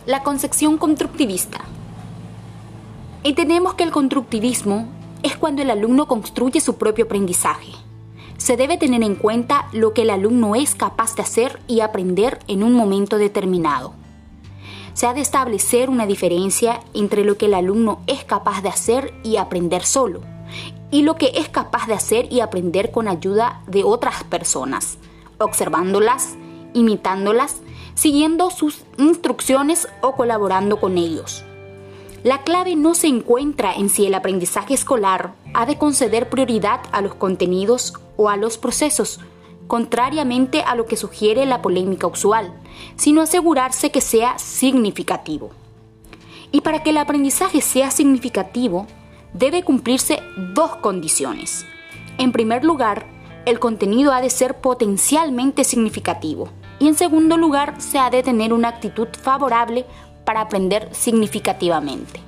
La concepción constructivista. Entendemos que el constructivismo es cuando el alumno construye su propio aprendizaje. Se debe tener en cuenta lo que el alumno es capaz de hacer y aprender en un momento determinado. Se ha de establecer una diferencia entre lo que el alumno es capaz de hacer y aprender solo, y lo que es capaz de hacer y aprender con ayuda de otras personas, observándolas, imitándolas, siguiendo sus instrucciones o colaborando con ellos. La clave no se encuentra en si el aprendizaje escolar ha de conceder prioridad a los contenidos o a los procesos, contrariamente a lo que sugiere la polémica usual, sino asegurarse que sea significativo. Y para que el aprendizaje sea significativo, debe cumplirse dos condiciones. En primer lugar, el contenido ha de ser potencialmente significativo, y en segundo lugar, se ha de tener una actitud favorable para aprender significativamente.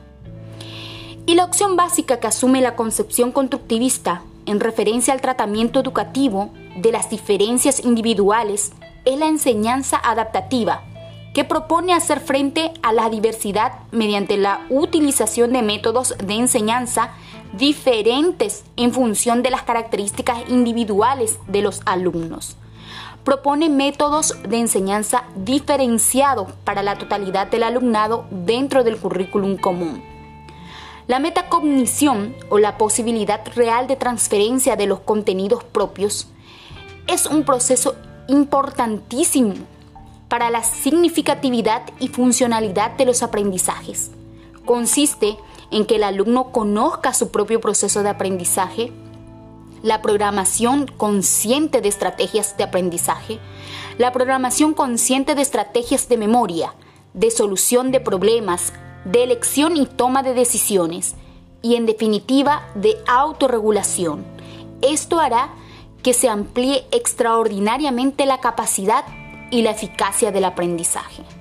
Y la opción básica que asume la concepción constructivista en referencia al tratamiento educativo de las diferencias individuales es la enseñanza adaptativa, que propone hacer frente a la diversidad mediante la utilización de métodos de enseñanza diferentes en función de las características individuales de los alumnos. Propone métodos de enseñanza diferenciados para la totalidad del alumnado dentro del currículum común. La metacognición o la posibilidad real de transferencia de los contenidos propios es un proceso importantísimo para la significatividad y funcionalidad de los aprendizajes. Consiste en que el alumno conozca su propio proceso de aprendizaje, la programación consciente de estrategias de aprendizaje, la programación consciente de estrategias de memoria, de solución de problemas, de elección y toma de decisiones y, en definitiva, de autorregulación. Esto hará que se amplíe extraordinariamente la capacidad y la eficacia del aprendizaje.